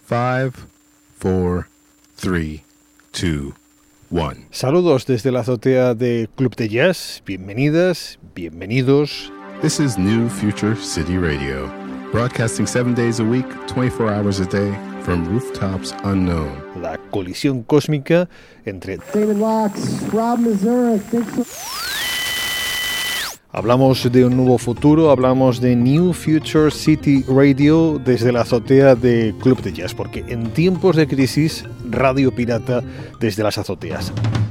5, 4, 3, 2, 1. Saludos desde la azotea de Club de Jazz. Bienvenidas, bienvenidos. This is New Future City Radio, broadcasting 7 days a week, 24 hours a day, from rooftops unknown. La colisión cósmica entre David Locks, Rob Mazurek, Hablamos de un nuevo futuro, hablamos de New Future City Radio desde la azotea de Club de Jazz, porque en tiempos de crisis, radio pirata desde las azoteas.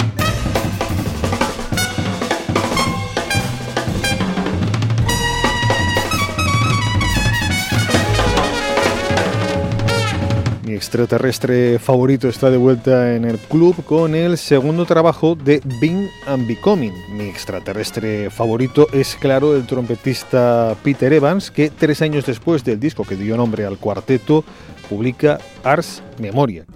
Mi extraterrestre favorito está de vuelta en el club con el segundo trabajo de Being and Becoming. Mi extraterrestre favorito es, claro, el trompetista Peter Evans, que 3 años después del disco que dio nombre al cuarteto, publica Ars Memoria.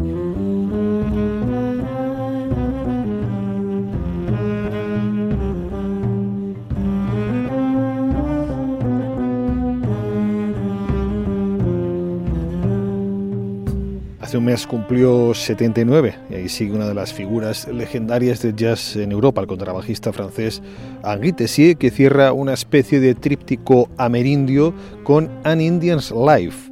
Hace un mes cumplió 79 y ahí sigue una de las figuras legendarias del jazz en Europa, el contrabajista francés Henri Tessier, que cierra una especie de tríptico amerindio con An Indian's Life.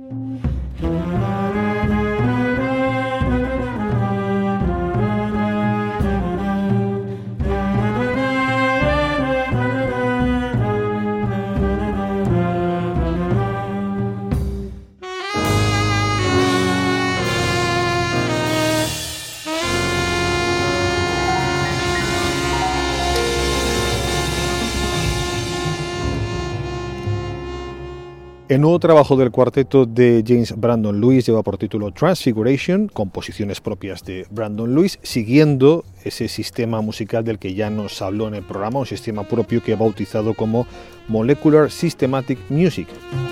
El nuevo trabajo del cuarteto de James Brandon Lewis lleva por título Transfiguration, composiciones propias de Brandon Lewis, siguiendo ese sistema musical del que ya nos habló en el programa, un sistema propio que ha bautizado como Molecular Systematic Music.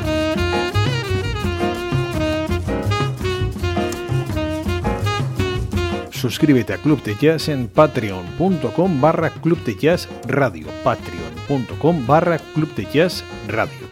Suscríbete a Club de Jazz en patreon.com/Club de Jazz Radio, patreon.com/Club de Jazz Radio.